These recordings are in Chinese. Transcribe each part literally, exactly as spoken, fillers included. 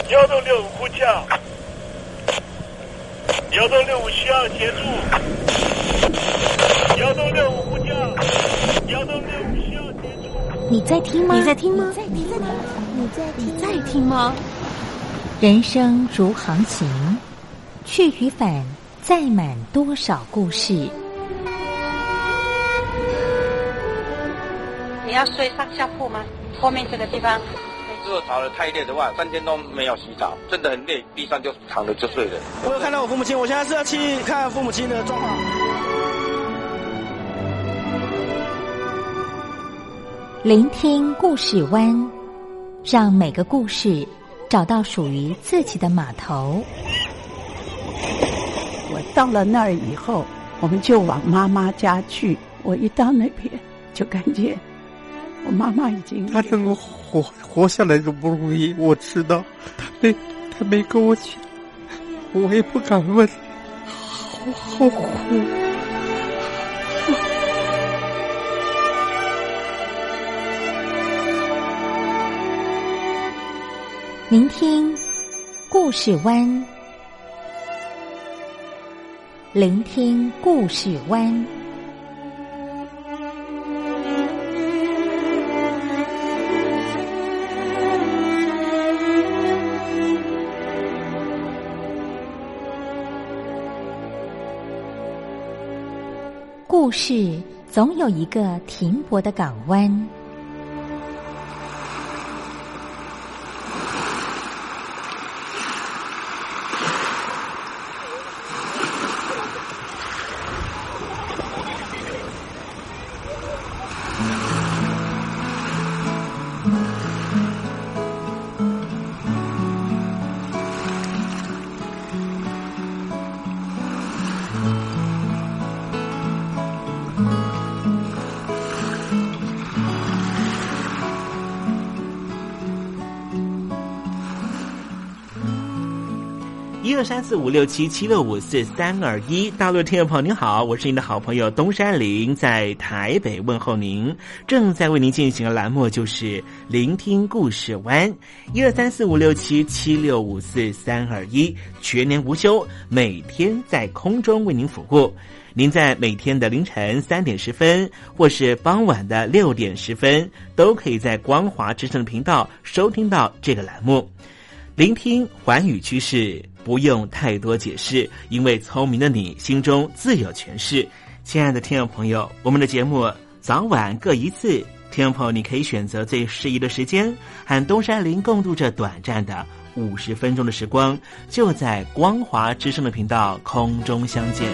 幺洞六五呼叫，幺洞六五需要协助，幺洞六五呼叫，幺洞六五需要协助。 你在听吗？ 你在听吗？ 你在听吗？ 你在你在听吗？ 人生如航行，去与返，载满多少故事。 你要睡上下铺吗？后面这个地方。 如果吵得太累的话，三天都没有洗澡，真的很累，地上就躺着就睡了。 我有看到我父母亲，我现在是要去看父母亲的状况。 聆听故事湾，让每个故事找到属于自己的码头。 我到了那儿以后，我们就往妈妈家去。我一到那边，就感觉我妈妈已经她能够活活下来都不容易，我知道，她没她没跟我讲，我也不敢问，好好苦。 聆听故事湾，聆听故事湾。故事总有一个停泊的港湾。 一二三四五六七七六五四三二一，大陆的听众朋友您好，我是您的好朋友东山林，在台北问候您。正在为您进行的栏目就是聆听故事湾，一二三四五六七七六五四三二一，全年无休，每天在空中为您服务。您在每天的凌晨三点十分，或是傍晚的六点十分，都可以在光华之声的频道收听到这个栏目。聆听寰宇趋势，不用太多解释，因为聪明的你心中自有诠释。亲爱的听众朋友，我们的节目早晚各一次，听众朋友你可以选择最适宜的时间，和东山林共度这短暂的五十分钟的时光，就在光华之声的频道空中相见。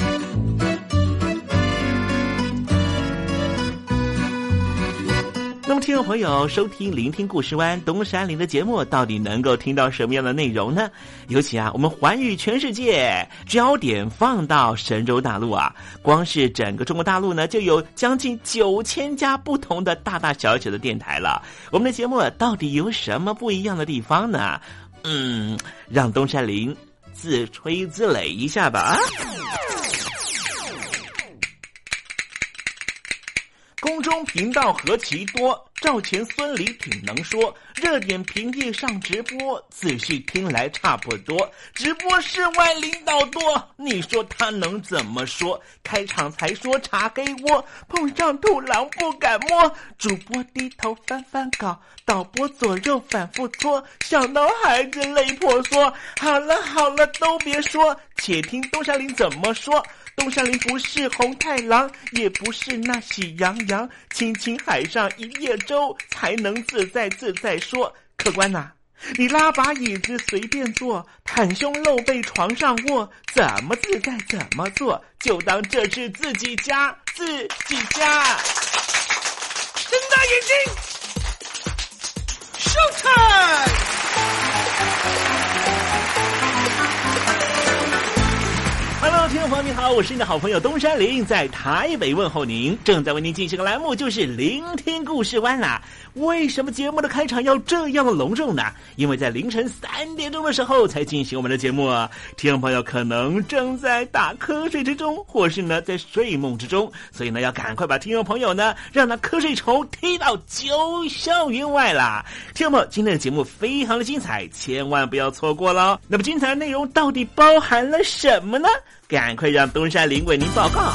那么听众朋友收听聆听故事湾东山林的节目，到底能够听到什么样的内容呢？尤其啊，我们环宇全世界，焦点放到神州大陆啊，光是整个中国大陆呢，就有将近九千家不同的大大小小的电台了。我们的节目到底有什么不一样的地方呢？嗯，让东山林自吹自擂一下吧。空中频道何其多，赵钱孙李挺能说，热点平地上直播，仔细听来差不多。直播室外领导多，你说他能怎么说？开场才说茶黑窝，碰上土狼不敢摸。主播低头翻翻稿，导播左右反复搓，想到孩子泪婆娑。好了好了，都别说，且听东山林怎么说。东山林不是红太狼，也不是那喜羊羊，亲亲海上一叶舟，才能自在自在说。客官呐、啊，你拉把椅子随便坐，袒胸露背床上卧，怎么自在怎么做，就当这是自己家，自己家。睁大眼睛 ，Show time！Hello， 听众众朋友您好，我是你的好朋友东山林，在台北问候您。正在为您进行的栏目就是聆听故事湾啦。为什么节目的开场要这样的隆重呢？因为在凌晨三点钟的时候才进行我们的节目啊。听众朋友可能正在打瞌睡之中，或是呢在睡梦之中，所以呢要赶快把听众朋友呢让那瞌睡虫踢到九霄云外啦。听众朋友，今天的节目非常的精彩，千万不要错过了。那么精彩的内容到底包含了什么呢？赶快让东山林为您报告。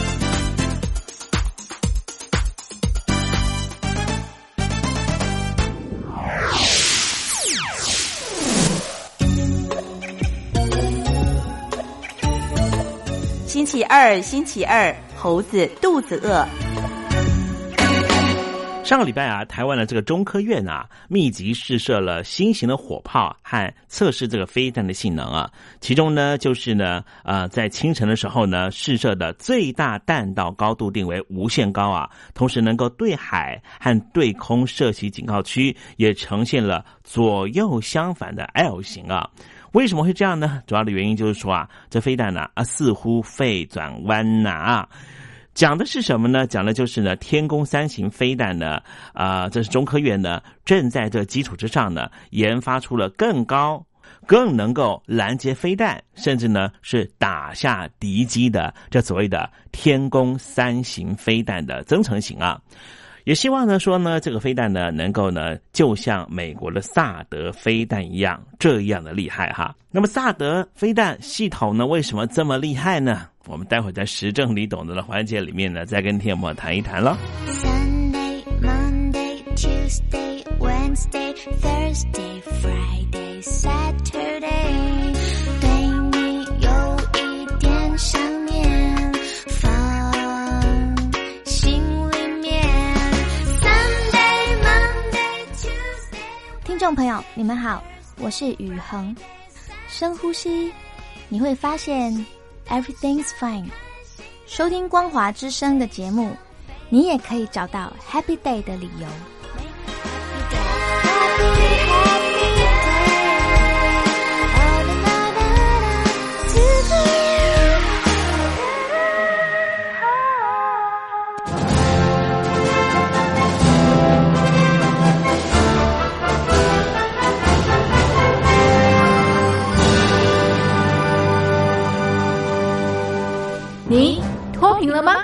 星期二，星期二，猴子肚子饿。 上个礼拜啊，台湾的这个中科院啊，密集试射了新型的火炮和测试这个飞弹的性能啊。其中呢，就是呢，呃，在清晨的时候呢，试射的最大弹道高度定为无限高啊，同时能够对海和对空射击警告区，也呈现了左右相反的 L 型啊。为什么会这样呢？主要的原因就是说啊，这飞弹呢啊，似乎肺转弯呐啊。讲的是什么呢？讲的就是呢，天宫三型飞弹呢，啊、呃，这是中科院呢正在这基础之上呢，研发出了更高、更能够拦截飞弹，甚至呢是打下敌机的这所谓的天宫三型飞弹的增程型啊。也希望呢说呢，这个飞弹呢能够呢，就像美国的萨德飞弹一样，这样的厉害哈。那么萨德飞弹系统呢，为什么这么厉害呢？我们待会儿在时政你懂得的环节里面呢，再跟听众朋友谈一谈了。 Sunday, Monday, Tuesday, Wednesday, Thursday, Friday, Saturday， 对你有一点想念，放心里面。Sunday, Monday, Tuesday。 听众朋友，你们好，我是宇恒。深呼吸，你会发现 Everything's fine。 收听光华之声的节目，你也可以找到 Happy Day 的理由。 你脱贫了吗？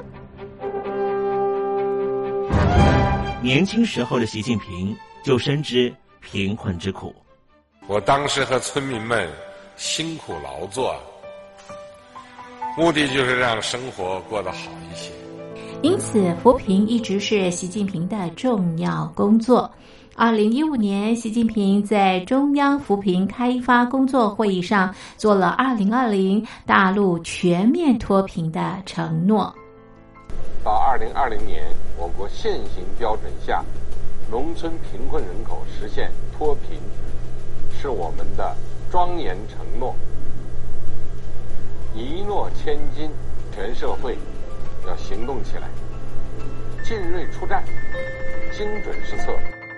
年轻时候的习近平就深知贫困之苦。 我当时和村民们辛苦劳作，目的就是让生活过得好一些。 因此，扶贫一直是习近平的重要工作。二零一五年，习近平在中央扶贫开发工作会议上做了二零二零大陆全面脱贫的承诺。 到二零二零年，我国现行标准下，农村贫困人口实现脱贫，是我们的庄严承诺。一诺千金，全社会要行动起来，进锐出战，精准施策。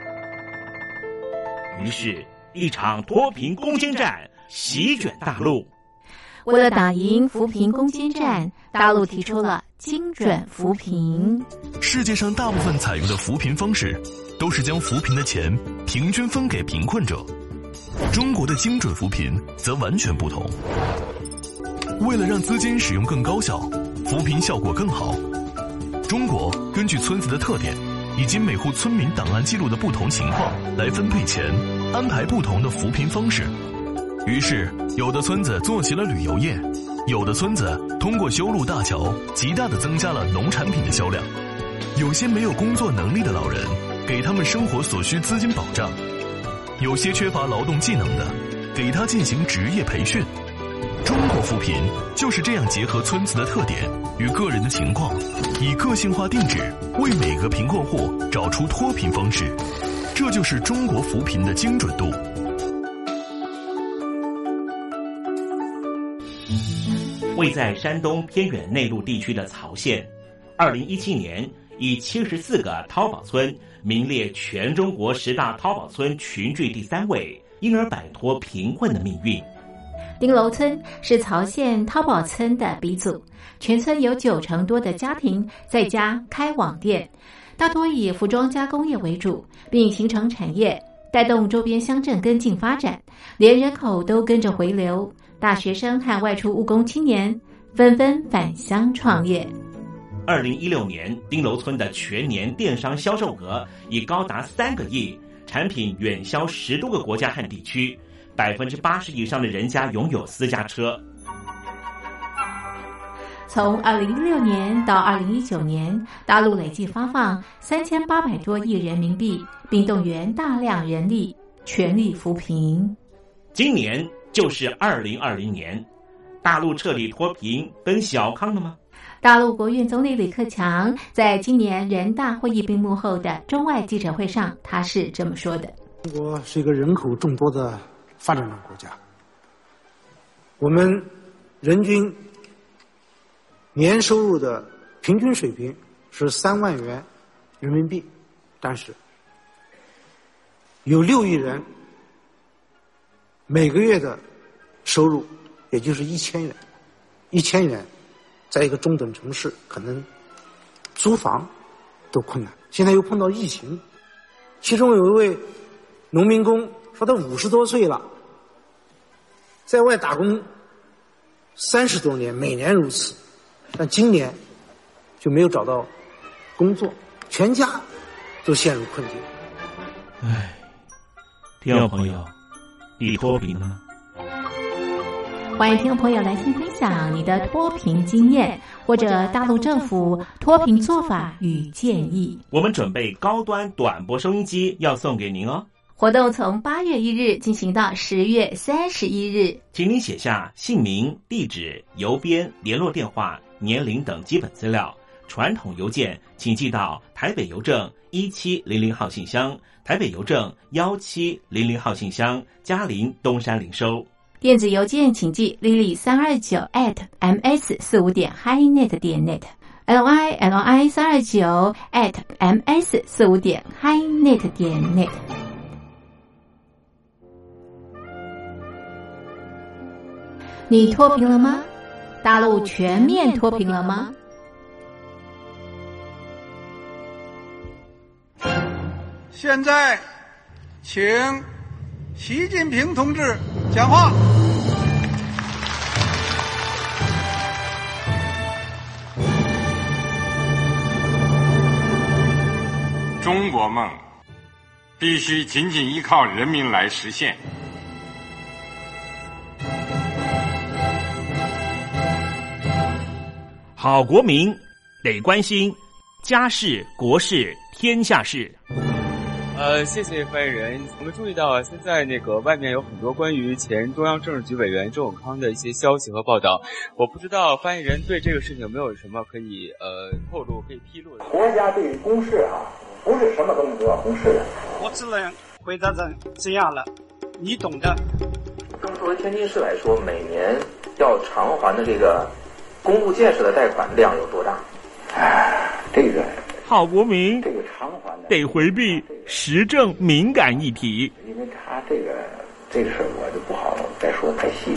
于是，一场脱贫攻坚战席卷大陆。 为了打赢扶贫攻坚战，大陆提出了精准扶贫。 世界上大部分采用的扶贫方式，都是将扶贫的钱平均分给贫困者。中国的精准扶贫则完全不同。为了让资金使用更高效，扶贫效果更好，中国根据村子的特点以及每户村民档案记录的不同情况来分配钱，安排不同的扶贫方式。于是，有的村子做起了旅游业，有的村子通过修路大桥，极大地增加了农产品的销量。有些没有工作能力的老人，给他们生活所需资金保障；有些缺乏劳动技能的，给他进行职业培训。中国扶贫就是这样结合村子的特点与个人的情况，以个性化定制为每个贫困户找出脱贫方式，这就是中国扶贫的精准度。 位在山东偏远内陆地区的曹县，二零一七年以七十四个淘宝村名列全中国十大淘宝村群聚第三位，因而摆脱贫困的命运。 丁楼村是曹县淘宝村的鼻祖，全村有九成多的家庭在家开网店，大多以服装加工业为主，并形成产业，带动周边乡镇跟进发展，连人口都跟着回流，大学生和外出务工青年纷纷返乡创业。 二零一六年，丁楼村的全年电商销售额已高达三个亿，产品远销十多个国家和地区，百分之八十以上的人家拥有私家车。 从二零一六年到二零一九年，大陆累计发放三千八百多亿人民币，并动员大量人力，全力扶贫。 今年就是二零二零年，大陆彻底脱贫奔小康了吗？ 大陆国务院总理李克强在今年人大会议闭幕后的中外记者会上，他是这么说的： 中国是一个人口众多的发展中国家，我们人均年收入的平均水平是三万元人民币，但是有六亿人每个月的收入也就是一千元，一千元在一个中等城市可能租房都困难。现在又碰到疫情，其中有一位农民工说他五十多岁了，在外打工三十多年，每年如此，但今年就没有找到工作，全家都陷入困境。 唉，听众朋友，你脱贫了吗？ 欢迎听众朋友来信分享你的脱贫经验，或者大陆政府脱贫做法与建议。 我们准备高端短波收音机要送给您哦。 活动从八月一日进行到十月三十一日， 请您写下姓名、地址、邮编、联络电话、年龄等基本资料。传统邮件请寄到台北邮政一七零零号信箱，台北邮政幺七零零号信箱，嘉陵东山零收。 电子邮件请寄 lily 三二九 at ms 四五点 highnet 点 net l i l i 三二九 at ms 四五点 highnet 点 net。你脱贫了吗？大陆全面脱贫了吗？ 现在，请习近平同志讲话。 中国梦必须紧紧依靠人民来实现。 好国民得关心家事、国事、天下事。 呃，谢谢发言人。我们注意到现在那个外面有很多关于前中央政治局委员周永康的一些消息和报道，我不知道发言人对这个事情有没有什么可以呃透露、可以披露的。 国家对于公事啊，不是什么东西都要公示的。 我只能回答成这样了，你懂的。 那么作为天津市来说，每年要偿还的这个公路建设的贷款量有多大？哎，这个好国民这个偿还的得回避时政敏感议题， 因为他这个这个事儿我就不好再说太细。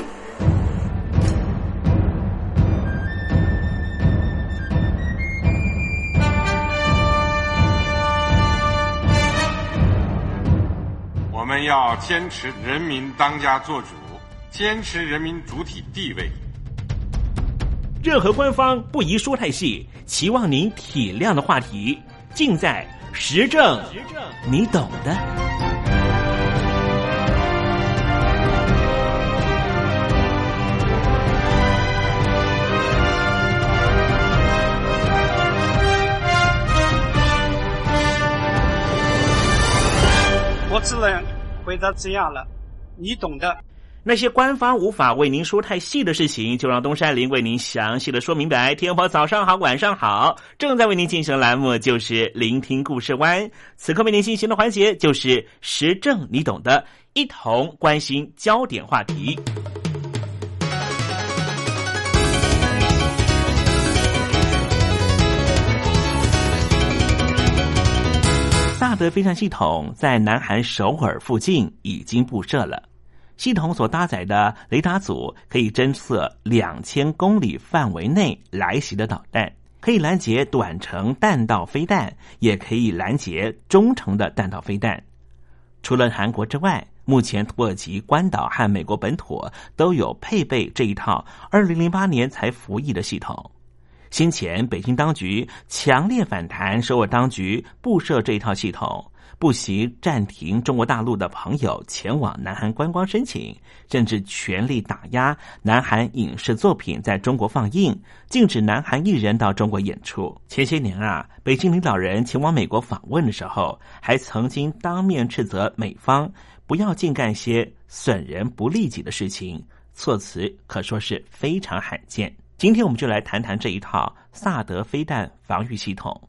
我们要坚持人民当家作主，坚持人民主体地位。 任何官方不宜说太细，期望您体谅的话题，尽在时政，你懂的。 我只能回答这样了，你懂的。 那些官方无法为您说太细的事情，就让东山林为您详细的说明白。天婆早上好，晚上好，正在为您进行的栏目就是聆听故事湾，此刻为您进行的环节就是时政你懂的，一同关心焦点话题。萨德飞弹系统在南韩首尔附近已经布设了。 系统所搭载的雷达组可以侦测两千公里范围内来袭的导弹，可以拦截短程弹道飞弹，也可以拦截中程的弹道飞弹。除了韩国之外，目前土耳其、关岛和美国本土都有配备这一套二零零八年才服役的系统。先前北京当局强烈反弹首尔当局布设这一套系统，不惜暂停中国大陆的朋友前往南韩观光申请，甚至全力打压南韩影视作品在中国放映，禁止南韩艺人到中国演出。前些年啊，北京领导人前往美国访问的时候，还曾经当面斥责美方不要净干些损人不利己的事情，措辞可说是非常罕见。今天我们就来谈谈这一套萨德飞弹防御系统。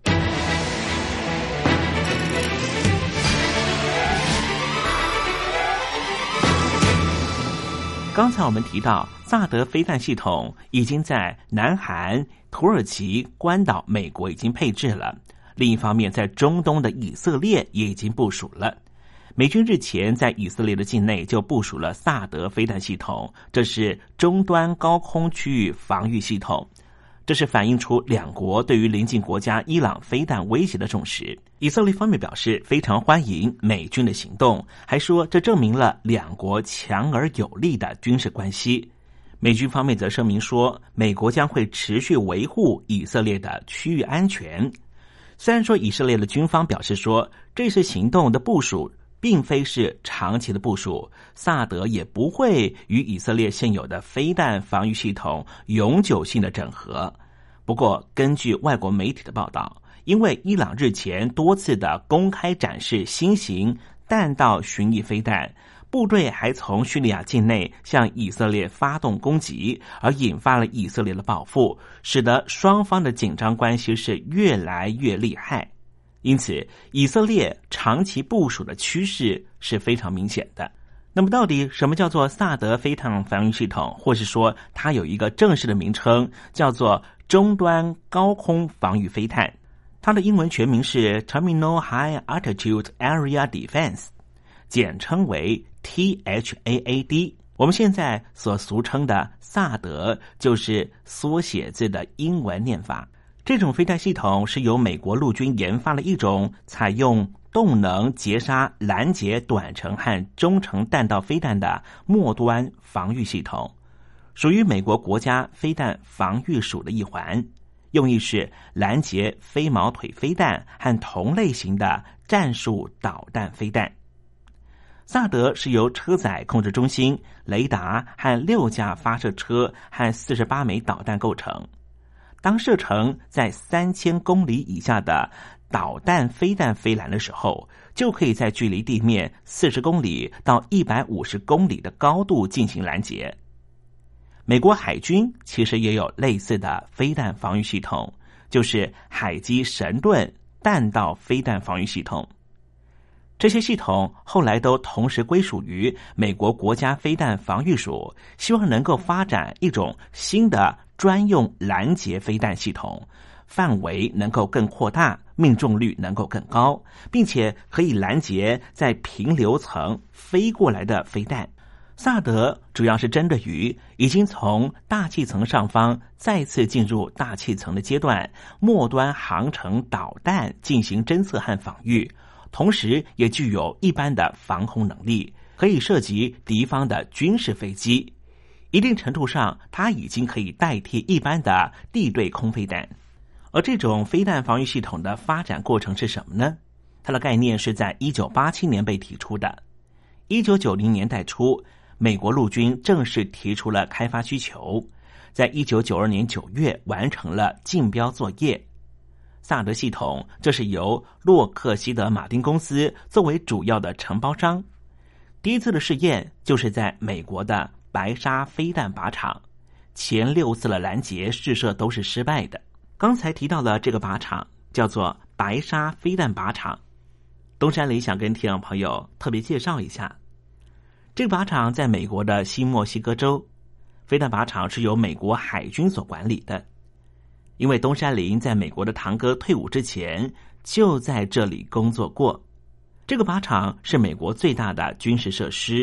刚才我们提到，萨德飞弹系统已经在南韩、土耳其、关岛、美国已经配置了。另一方面，在中东的以色列也已经部署了。美军日前在以色列的境内就部署了萨德飞弹系统，这是终端高空区域防御系统。这是反映出两国对于邻近国家伊朗飞弹威胁的重视。以色列方面表示非常欢迎美军的行动，还说这证明了两国强而有力的军事关系。美军方面则声明说，美国将会持续维护以色列的区域安全。虽然说以色列的军方表示说，这次行动的部署并非是长期的部署，萨德也不会与以色列现有的飞弹防御系统永久性的整合。不过，根据外国媒体的报道，因为伊朗日前多次的公开展示新型弹道巡弋飞弹，部队还从叙利亚境内向以色列发动攻击，而引发了以色列的报复，使得双方的紧张关系是越来越厉害。因此，以色列长期部署的趋势是非常明显的。那么，到底什么叫做萨德飞弹防御系统，或是说它有一个正式的名称，叫做终端高空防御飞弹？它的英文全名是 Terminal High Altitude Area Defense， 简称为 T H A A D。我们现在所俗称的萨德，就是缩写字的英文念法。这种飞弹系统是由美国陆军研发了一种采用动能截杀拦截短程和中程弹道飞弹的末端防御系统，属于美国国家飞弹防御署的一环，用意是拦截飞毛腿飞弹和同类型的战术导弹飞弹。萨德是由车载控制中心、雷达和六架发射车和四十八枚导弹构成。当射程在三千公里以下的导弹飞弹飞来的时候，就可以在距离地面四十公里到一百五十公里的高度进行拦截。美国海军其实也有类似的飞弹防御系统，就是海基神盾弹道飞弹防御系统。这些系统后来都同时归属于美国国家飞弹防御署，希望能够发展一种新的专用拦截飞弹系统，范围能够更扩大，命中率能够更高，并且可以拦截在平流层飞过来的飞弹。萨德主要是针对于已经从大气层上方再次进入大气层的阶段，末端航程导弹进行侦测和防御，同时也具有一般的防空能力，可以射击敌方的军事飞机。一定程度上，它已经可以代替一般的地对空飞弹。而这种飞弹防御系统的发展过程是什么呢？它的概念是在一九八七年被提出的。一九九零年代初，美国陆军正式提出了开发需求，在一九九二年九月完成了竞标作业。萨德系统这是由洛克希德马丁公司作为主要的承包商。第一次的试验就是在美国的白沙飞弹靶场，前六次的拦截试射都是失败的。刚才提到了这个靶场叫做白沙飞弹靶场，东山里想跟听众朋友特别介绍一下。这个靶场在美国的新墨西哥州，飞弹靶场是由美国海军所管理的。因为东山林在美国的堂哥退伍之前就在这里工作过。这个靶场是美国最大的军事设施，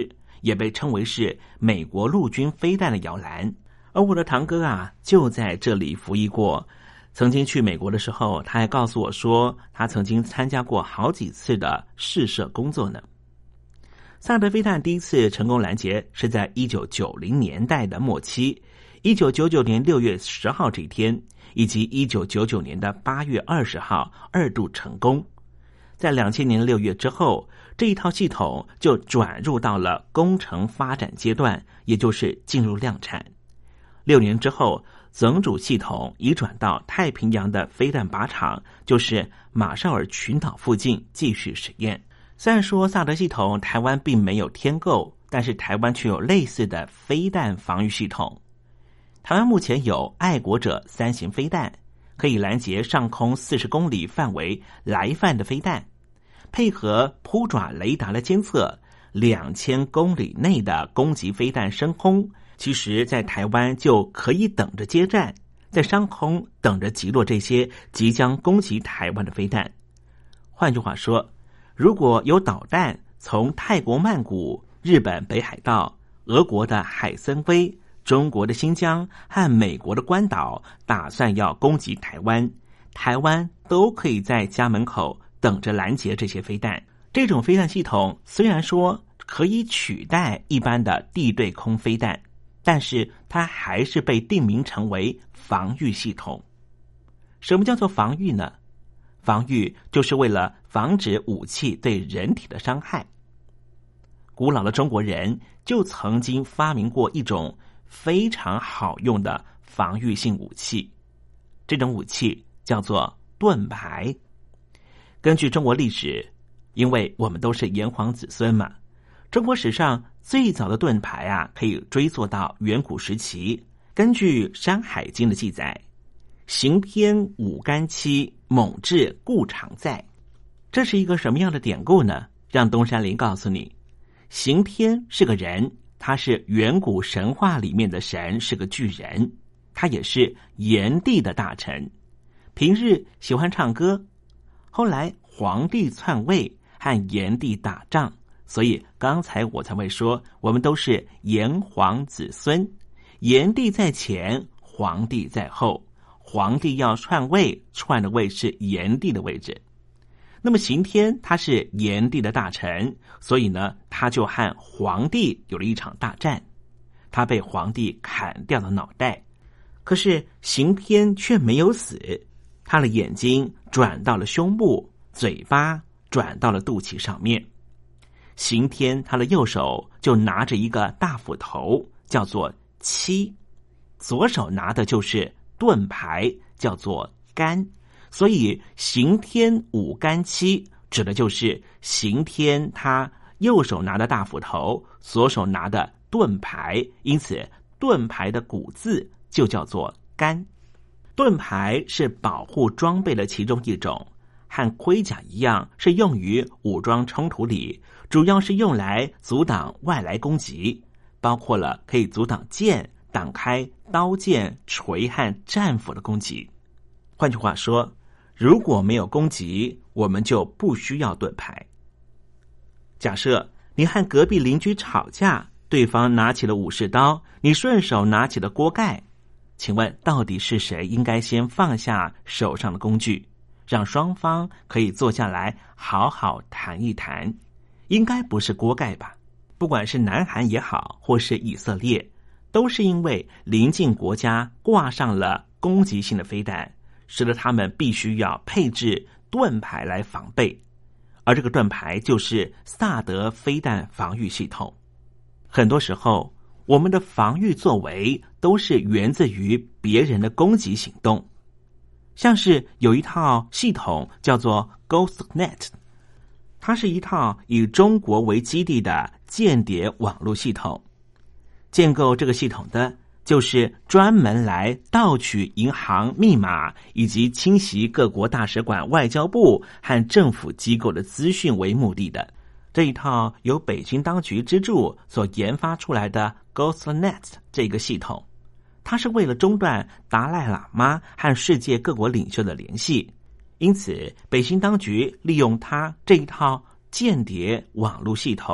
也被称为是美国陆军飞弹的摇篮。而我的堂哥啊，就在这里服役过。曾经去美国的时候，他还告诉我说，他曾经参加过好几次的试射工作呢。萨德飞弹第一次成功拦截是在一九九零年代的末期，一九九九年六月十号这一天，以及一九九九年的八月二十号二度成功。在两千年六月之后，这一套系统就转入到了工程发展阶段，也就是进入量产。六年之后，总主系统移转到太平洋的飞弹靶场，就是马绍尔群岛附近继续实验。虽然说萨德系统台湾并没有添购，但是台湾却有类似的飞弹防御系统。台湾目前有爱国者三型飞弹，可以拦截上空四十公里范围来犯的飞弹，配合扑爪雷达的监测，两千公里内的攻击飞弹升空，其实在台湾就可以等着接战，在上空等着击落这些即将攻击台湾的飞弹。换句话说，如果有导弹从泰国曼谷、日本北海道、俄国的海参崴、中国的新疆和美国的关岛打算要攻击台湾，台湾都可以在家门口等着拦截这些飞弹。这种飞弹系统虽然说可以取代一般的地对空飞弹，但是它还是被定名成为防御系统。什么叫做防御呢？防御就是为了防止武器对人体的伤害。古老的中国人就曾经发明过一种非常好用的防御性武器，这种武器叫做盾牌。根据中国历史，因为我们都是炎黄子孙嘛，中国史上最早的盾牌啊，可以追溯到远古时期。根据《山海经》的记载，行天五干七，猛志固常在。这是一个什么样的典故呢？让东山林告诉你。行天是个人，他是远古神话里面的神，是个巨人，他也是炎帝的大臣，平日喜欢唱歌。后来皇帝篡位，和炎帝打仗，所以刚才我才会说我们都是炎黄子孙，炎帝在前，皇帝在后，皇帝要篡位，篡的位是炎帝的位置。那么刑天他是炎帝的大臣，所以呢，他就和皇帝有了一场大战，他被皇帝砍掉了脑袋，可是刑天却没有死，他的眼睛转到了胸部，嘴巴转到了肚脐上面。刑天他的右手就拿着一个大斧头，叫做七，左手拿的就是盾牌，叫做杆。所以刑天五干七指的就是刑天他右手拿的大斧头，左手拿的盾牌，因此盾牌的古字就叫做杆。盾牌是保护装备的其中一种，和盔甲一样，是用于武装冲突里，主要是用来阻挡外来攻击，包括了可以阻挡剑，挡开刀剑、锤和战斧的攻击。换句话说，如果没有攻击，我们就不需要盾牌。假设你和隔壁邻居吵架，对方拿起了武士刀，你顺手拿起了锅盖，请问到底是谁应该先放下手上的工具，让双方可以坐下来好好谈一谈？应该不是锅盖吧？不管是南韩也好，或是以色列，都是因为邻近国家挂上了攻击性的飞弹，使得他们必须要配置盾牌来防备，而这个盾牌就是萨德飞弹防御系统。很多时候，我们的防御作为都是源自于别人的攻击行动，像是有一套系统叫做 GhostNet， 它是一套以中国为基地的间谍网络系统。建构这个系统的就是专门来盗取银行密码以及侵袭各国大使馆、外交部和政府机构的资讯为目的的。这一套由北京当局资助所研发出来的 GhostNet 这个系统，它是为了中断达赖喇嘛和世界各国领袖的联系，因此北京当局利用它这一套间谍网络系统，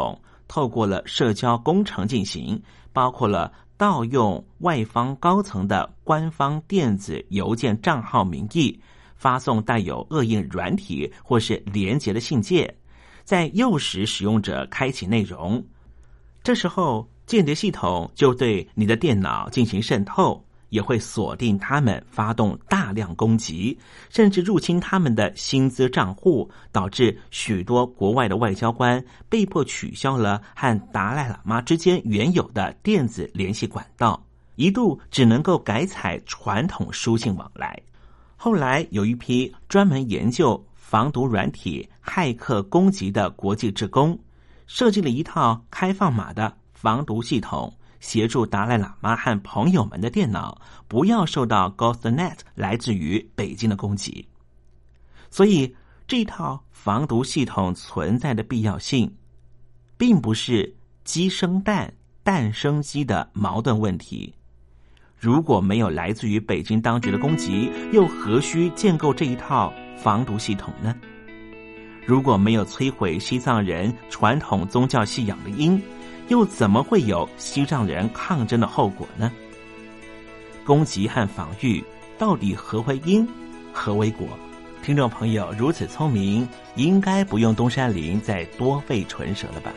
透过了社交工程进行，包括了盗用外方高层的官方电子邮件账号名义，发送带有恶意软体或是连结的信件，在诱使使用者开启内容。这时候间谍系统就对你的电脑进行渗透，也会锁定他们，发动大量攻击，甚至入侵他们的薪资账户，导致许多国外的外交官被迫取消了和达赖喇嘛之间原有的电子联系管道，一度只能够改采传统书信往来。后来有一批专门研究防毒软体骇客攻击的国际志工，设计了一套开放码的防毒系统，协助达赖喇嘛和朋友们的电脑不要受到 GhostNet 来自于北京的攻击。所以这套防毒系统存在的必要性，并不是鸡生蛋蛋生鸡的矛盾问题。如果没有来自于北京当局的攻击，又何须建构这一套防毒系统呢？如果没有摧毁西藏人传统宗教信仰的因，又怎么会有西藏人抗争的后果呢？攻击和防御到底何为因，何为果？听众朋友如此聪明，应该不用东山林再多费唇舌了吧？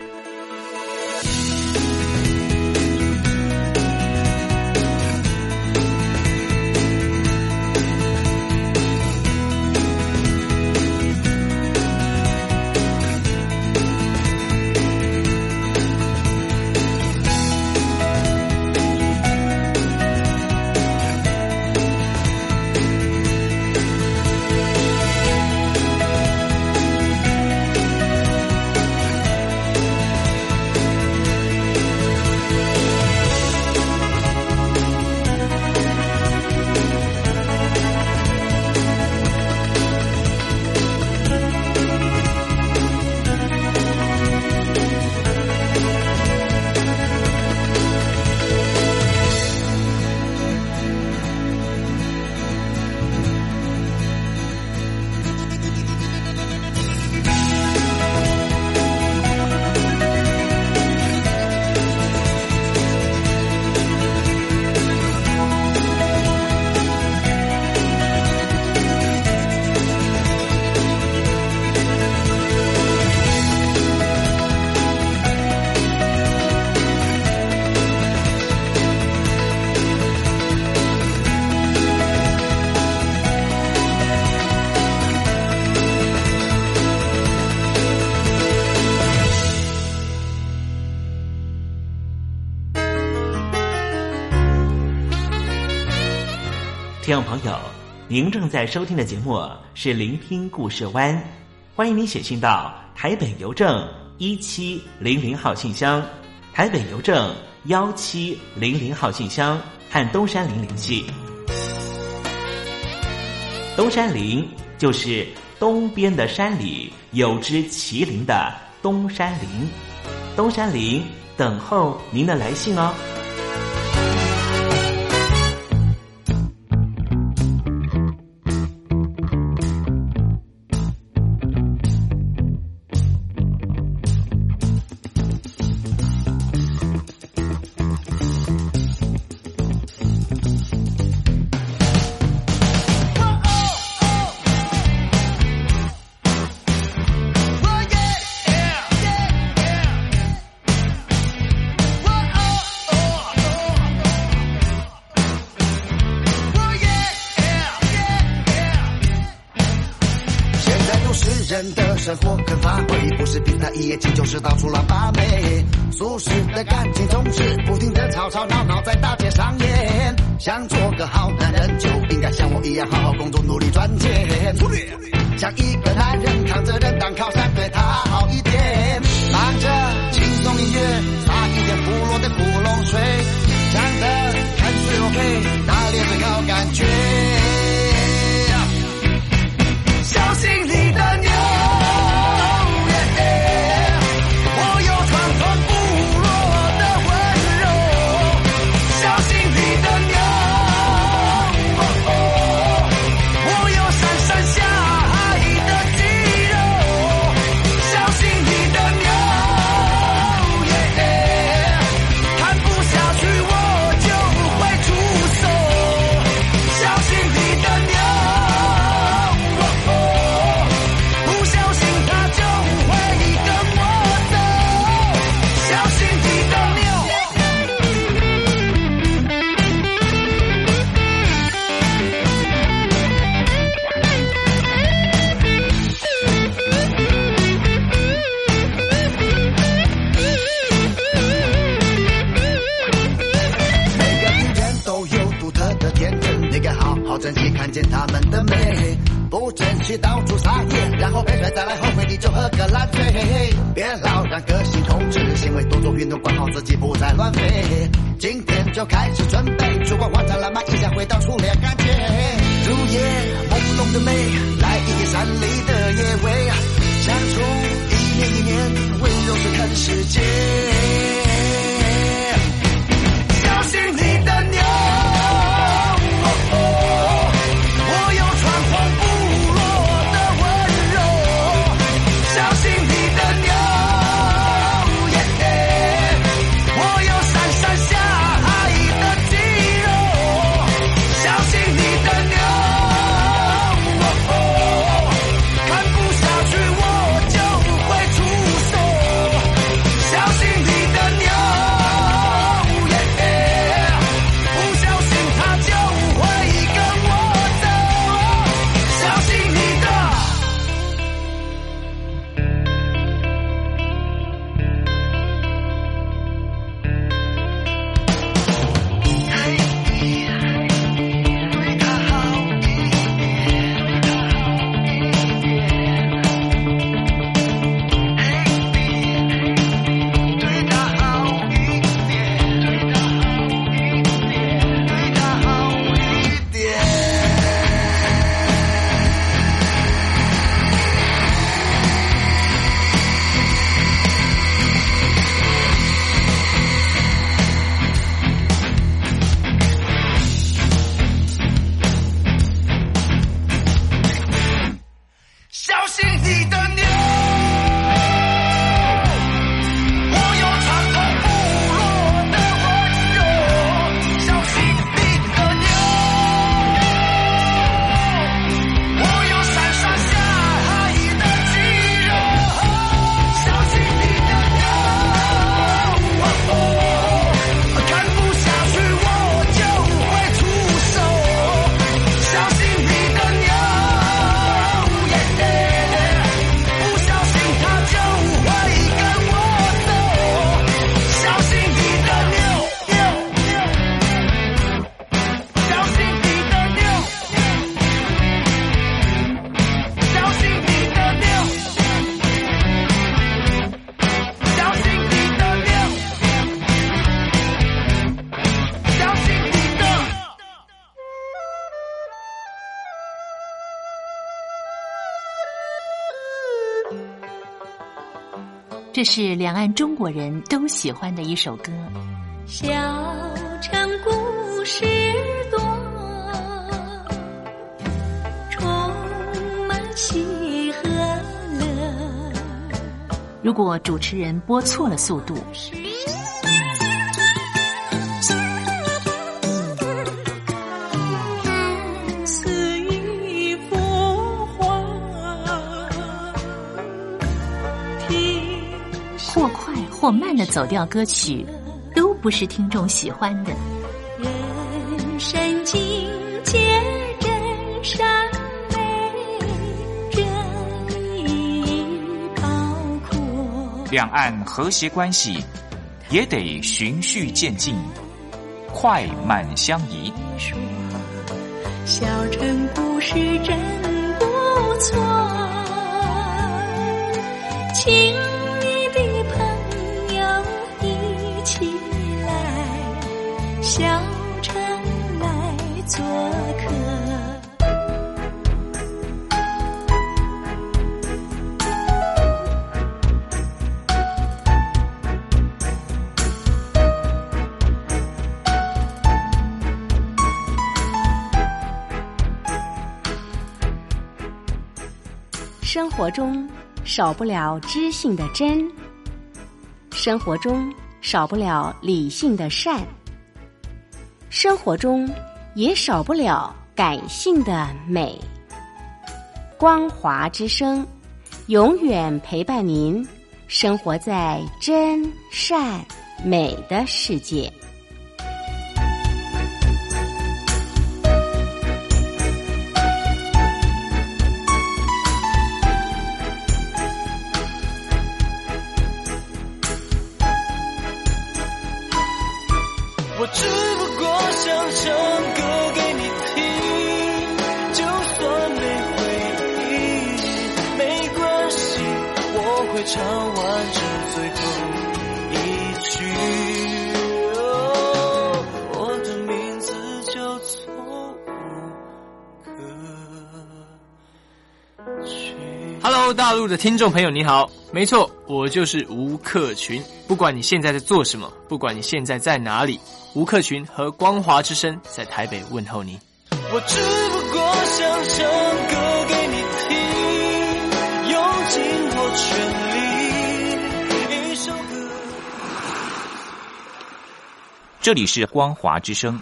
听众朋友，您正在收听的节目是聆听故事湾，欢迎您写信到台北邮政一七零零号信箱，台北邮政幺七零零号信箱，和东山林联系。东山林就是东边的山里有只麒麟的东山林，东山林等候您的来信哦。 生活跟发挥，不是凭他一眼睛就是到处乱把妹。俗世的感情总是不停的吵吵闹闹在大街上演。想做个好男人，就应该像我一样好好工作，努力赚钱。像一个男人扛着人当靠山，对他好一点。放着轻松音乐，撒一点部落的古龙水，讲的看水 OK， 打猎最高感觉。小心你的牛。 小心你的牛， 见他们的美。不争气到处撒野，然后被甩再来后悔你就喝个烂醉。别老让个性控制行为，多做运动管好自己不再乱飞。今天就开始准备，烛光晚餐浪漫一下回到初恋感觉。入夜朦胧的美，来一点山里的野味，相处一年一年，温柔着看世界。小心你的牛，哦哦，我有穿红部落的温柔。小心你的牛，耶耶，我有闪闪下海的肌肉。小心你的牛，哦哦，看不下去我就会出手。小心你的牛，耶耶，不小心它就会跟我走。小心你的。小心你的牛，我有传统部落的温柔。小心你的牛，我有闪闪下海的肌肉。小心你的牛，哦哦，看不下去我就会出手。小心你的牛，不小心他就会跟我走。小心你的牛，小心你的牛，小心你的牛，小心你的牛，小心你的。 这是两岸中国人都喜欢的一首歌。 小城故事多，充满喜和乐。 如果主持人播错了速度， 看似一幅画， 或快或慢的走调歌曲，都不是听众喜欢的。 人生境界真善美，真意包括。 两岸和谐关系也得循序渐进，快慢相宜。 小城故事真不错，请你的朋友一起来小城来做客。 生活中少不了知性的真，生活中少不了理性的善，生活中也少不了感性的美。光华之声永远陪伴您，生活在真善美的世界。 我只不过想唱歌给你听， 唱完这最后一句，哦，我的名字叫做吴克群。 Hello， 大陆的听众朋友你好，没错，我就是吴克群。不管你现在在做什么，不管你现在在哪里，吴克群和光华之声在台北问候你。 我只不过想唱歌给你听，用尽我全力，一首歌。 这里是光华之声。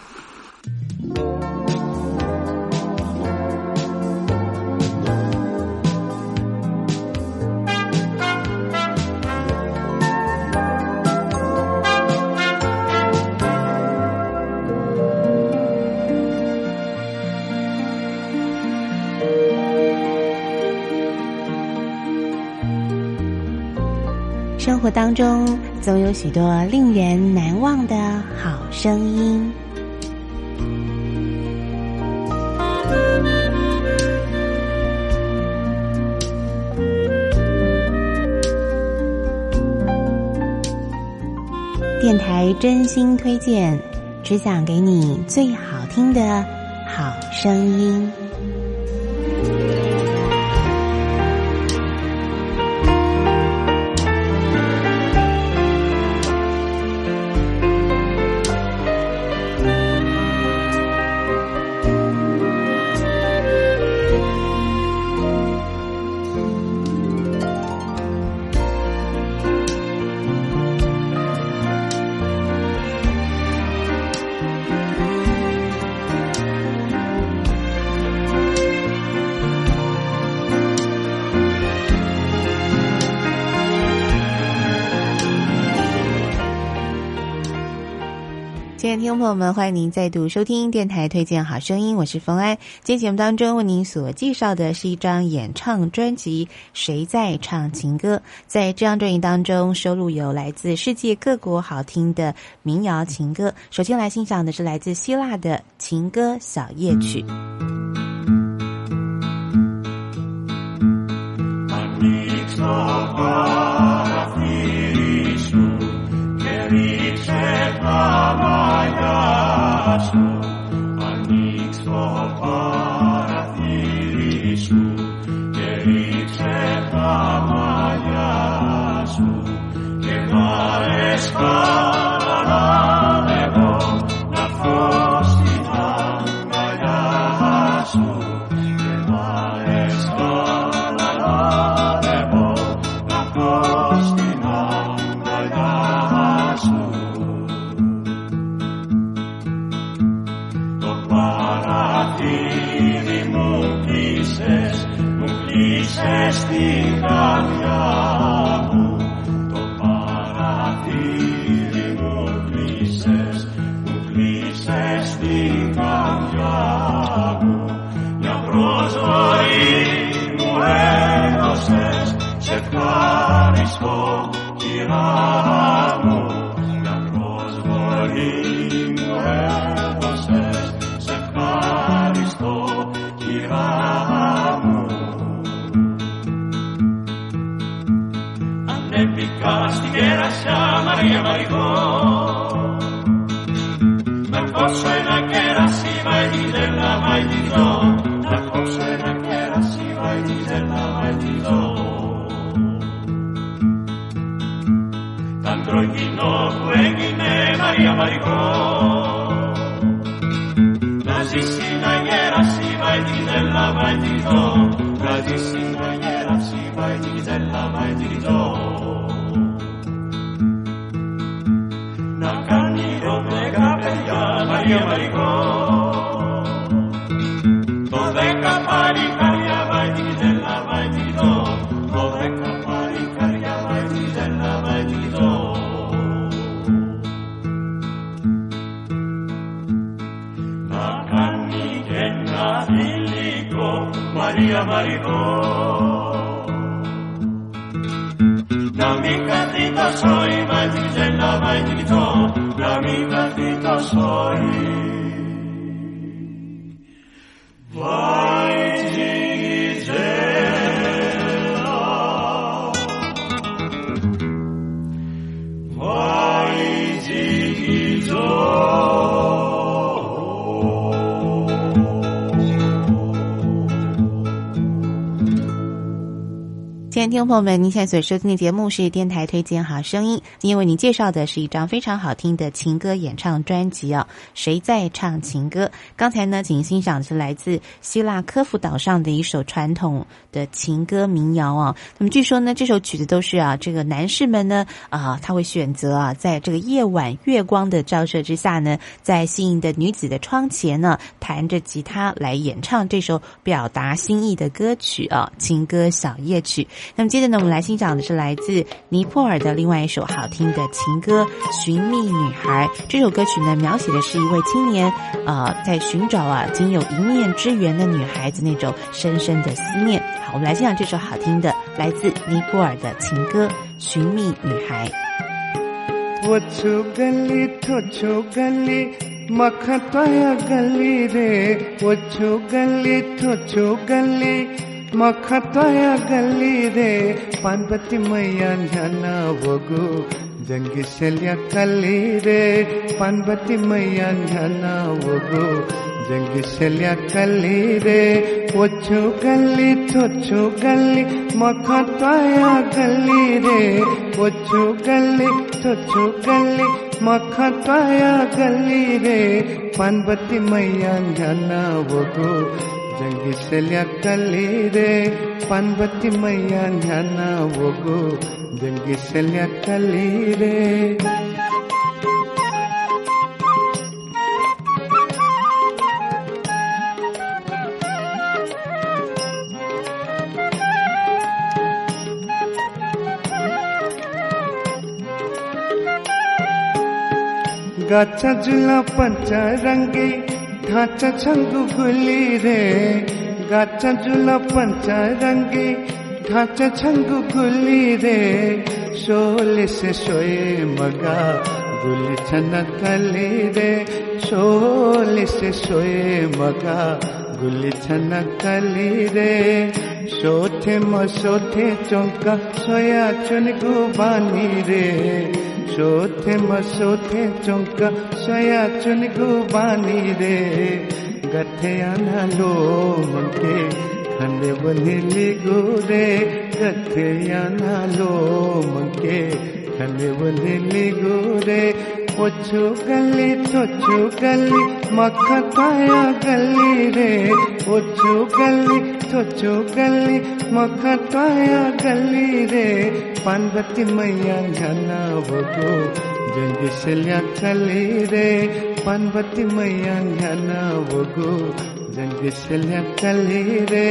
生活当中总有许多令人难忘的好声音。电台真心推荐，只想给你最好听的好声音。亲爱的听众朋友们，欢迎您再度收听电台推荐好声音，我是冯安。今天节目当中为您所介绍的是一张演唱专辑《谁在唱情歌》。在这张专辑当中收录有来自世界各国好听的民谣情歌。首先来欣赏的是来自希腊的情歌小夜曲。 Ανοίξω παραθύρι σου και ρίξε τα μαλλιά σου και βάλε σκαλανεύω να φω στην αγκαλιά σου και βάλε σκαλανεύω να φω στην αγκαλιά σου. Παραθύρι μου κλείσες, μου κλείσες την καρδιά μου. Το παραθύρι μου κλείσες, μου κλείσες την καρδιά μου. Μια προσβολή μου έδωσες, σε ευχαριστώ κυρά μου. Μια προσβολή μου έδωσες, ευχαριστώ κυρά μου. Ανέβηκα στη Γέρασια Μαρία Μαριγό, να κόψω ένα κέρασι βαϊτιδέλα βαϊτιδό, να κόψω ένα κέρασι βαϊτιδέλα βαϊτιδό. Τ' αντρογινό που έγινε Μαρία Μαριγό, να ζήσει να γέρασει βαϊτιδέλα βαϊτιδό, να ζήσει να γέρασει βαϊτιδέλα βαϊτιδό. Να κάνει δώδεκα παιδιά Μαρία Μαριγό, δώδεκα παλικάρια βαϊτιδέλα βαϊτιδό, δώδεκα παλικάρια βαϊτιδέλα βαϊτιδό. Να κάνει και ένα θηλυκό Μαρία Μαριγό, να μην καθεί τόσο η βαϊτιδέλα βαϊτιδό, να μην καθεί τόσο η βαϊτιδέλα. 亲爱的听众朋友们，您现在所收听的节目是电台推荐好声音，今天为您介绍的是一张非常好听的情歌演唱专辑哦。谁在唱情歌？刚才呢，请欣赏的是来自希腊科孚岛上的一首传统的情歌民谣哦。那么据说呢，这首曲子都是啊，这个男士们呢啊，他会选择啊，在这个夜晚月光的照射之下呢，在心仪的女子的窗前呢，弹着吉他来演唱这首表达心意的歌曲啊，情歌小夜曲。那么接着呢，我们来欣赏的是来自尼泊尔的另外一首好听的情歌《寻觅女孩》。这首歌曲呢，描写的是一位青年呃，在寻找啊仅有一面之缘的女孩子那种深深的思念。好，我们来欣赏这首好听的来自尼泊尔的情歌《寻觅女孩》。 वो छू गली तो छू गली मखतया गली रे वो छू गली तो छू गली मखतया गली रे पार्वती मैया झना वगु जंगी शल्या कली रे पार्वती मैया झना वगु जंगी शल्या कली रे वो छू गली तो छू गली मखतया गली रे वो छू गली तो छू गली मखतया गली रे पार्वती मैया झना वगु जंगी शल्या कली रे पार्वती मैया झना वगु जंगी शल्या कली रे गाचा झुला पंचा रंगी ढांचा छंगू गुली रे गाचा झुला पंचा रंगी ढांचा छंगू गुली रे शोले से सोए मगा गुली छनकली रे शोले से सोए मगा गुली छनकली रे सोथे मसोथे चौंका सोया चुनगु बानी रे सोथे मसोथे चौंका सोया चुनगु बानी रे गथे आना लो मंके खंडे बनेली गुरे गथे आना लो मंके खंडे बनेली गुरे ओछू गली तोछू गली मखताया गली रे ओछू गली तोछू गली मखताया गली रे पार्वती मैया झना वगु जंगी शल्या कली रे पार्वती मैया झना वगु जंगी शल्या कली रे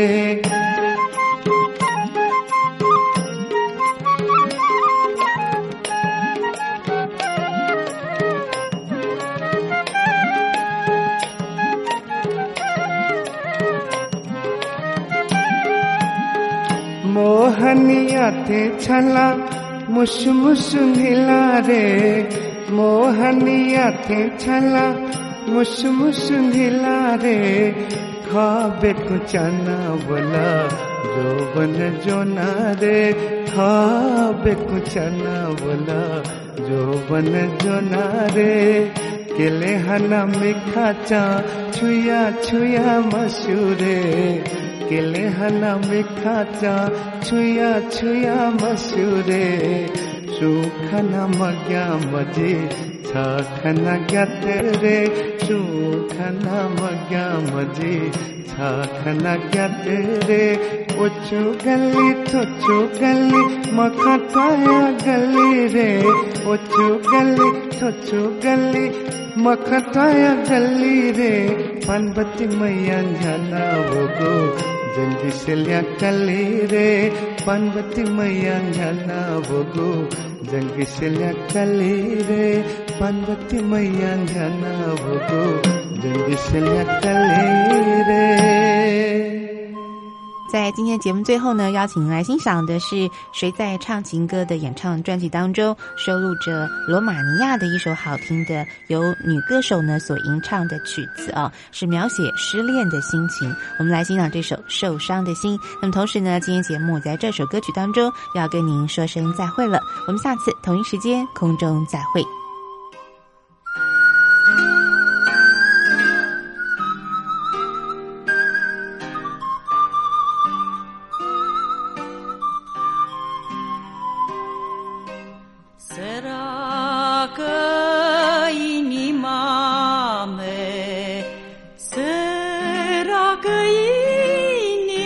मोहनिया थे छला मुस मुस नीला रे मोहनिया थे छला मुस मुस नीला रे खाबे को चना बोला जो बन जो ना रे खाबे को चना बोला जो बन जो ना रे केले हना मिखा चा छुया छुया मसूरे केले हना मिखा चा छुया छुया मसूरे सुखना मग्या मजे छाखना ज्ञात रे सुखना मग्या मजे छाखना ज्ञात रे ओछू गली तोछू गली मखताया गली रे ओछू गली तोछू गली मखताया गली रे पार्वती मैया झना वगु जंगी शल्या कली रे पार्वती मैया झना वगु जंगी शल्या कली रे पार्वती मैया झना वगु जंगी शल्या कली रे。 在今天节目最后呢，邀请您来欣赏的是谁在唱情歌的演唱专辑当中收录着罗马尼亚的一首好听的由女歌手呢所吟唱的曲子啊，是描写失恋的心情。我们来欣赏这首受伤的心。那么同时呢，今天节目在这首歌曲当中要跟您说声再会了，我们下次同一时间空中再会。 사랑이 맘에 사랑이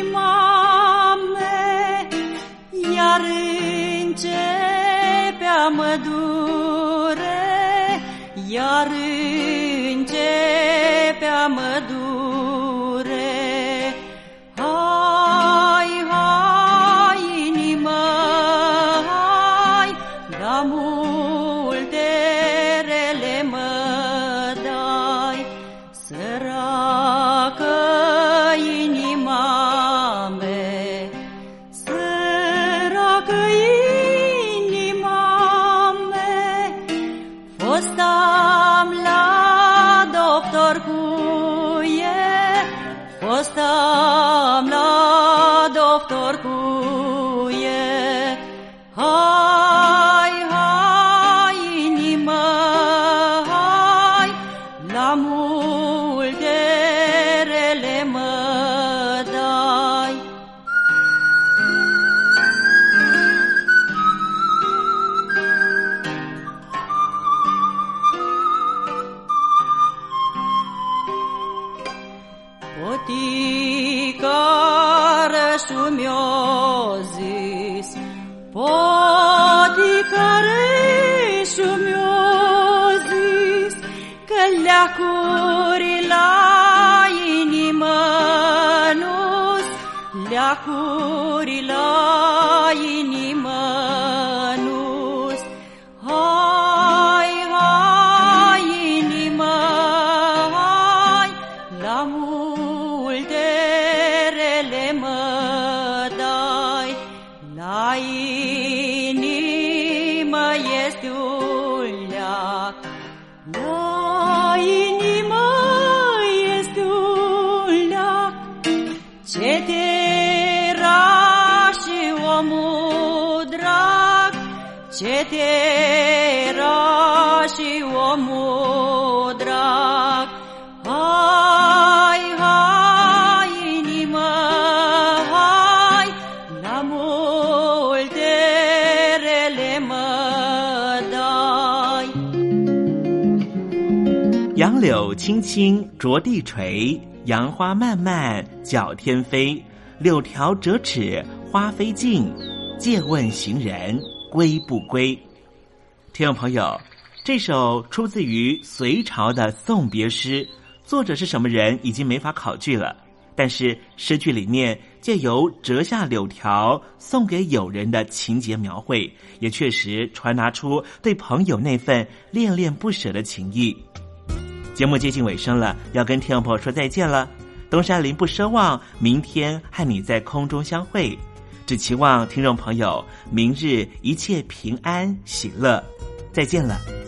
맘에 야른 제뺨 두래 야른 제뺨 두래 하이 하이 니마이 나물 데레레 마다이 사랑이 니 맘에 사랑이 니 맘에 Fostam la doctor cuie, fostam la doctor cuie, hai hai inima hai, la multerele mă dai. Poticare și-mi-o zis, poticare și-mi-o zis, că leacuri la inimă nu-s, leacuri la inimă nu-s. Hai, hai, inimă, hai, la multerele mă dai, la inimă este un leac, la inimă este un leac, ce te era și omul drag, ce te era și omul drag. Hai, hai, inimă, hai, la multerele mă dai. 杨柳青青着地垂，杨花漫漫搅天飞。柳条折尺花飞尽，借问行人归不归？听众朋友，这首出自于隋朝的送别诗，作者是什么人已经没法考据了，但是诗句里面借由折下柳条送给友人的情节描绘，也确实传达出对朋友那份恋恋不舍的情谊。节目接近尾声了，要跟听众朋友说再见了。东山林不奢望明天和你在空中相会，只期望听众朋友明日一切平安喜乐。再见了。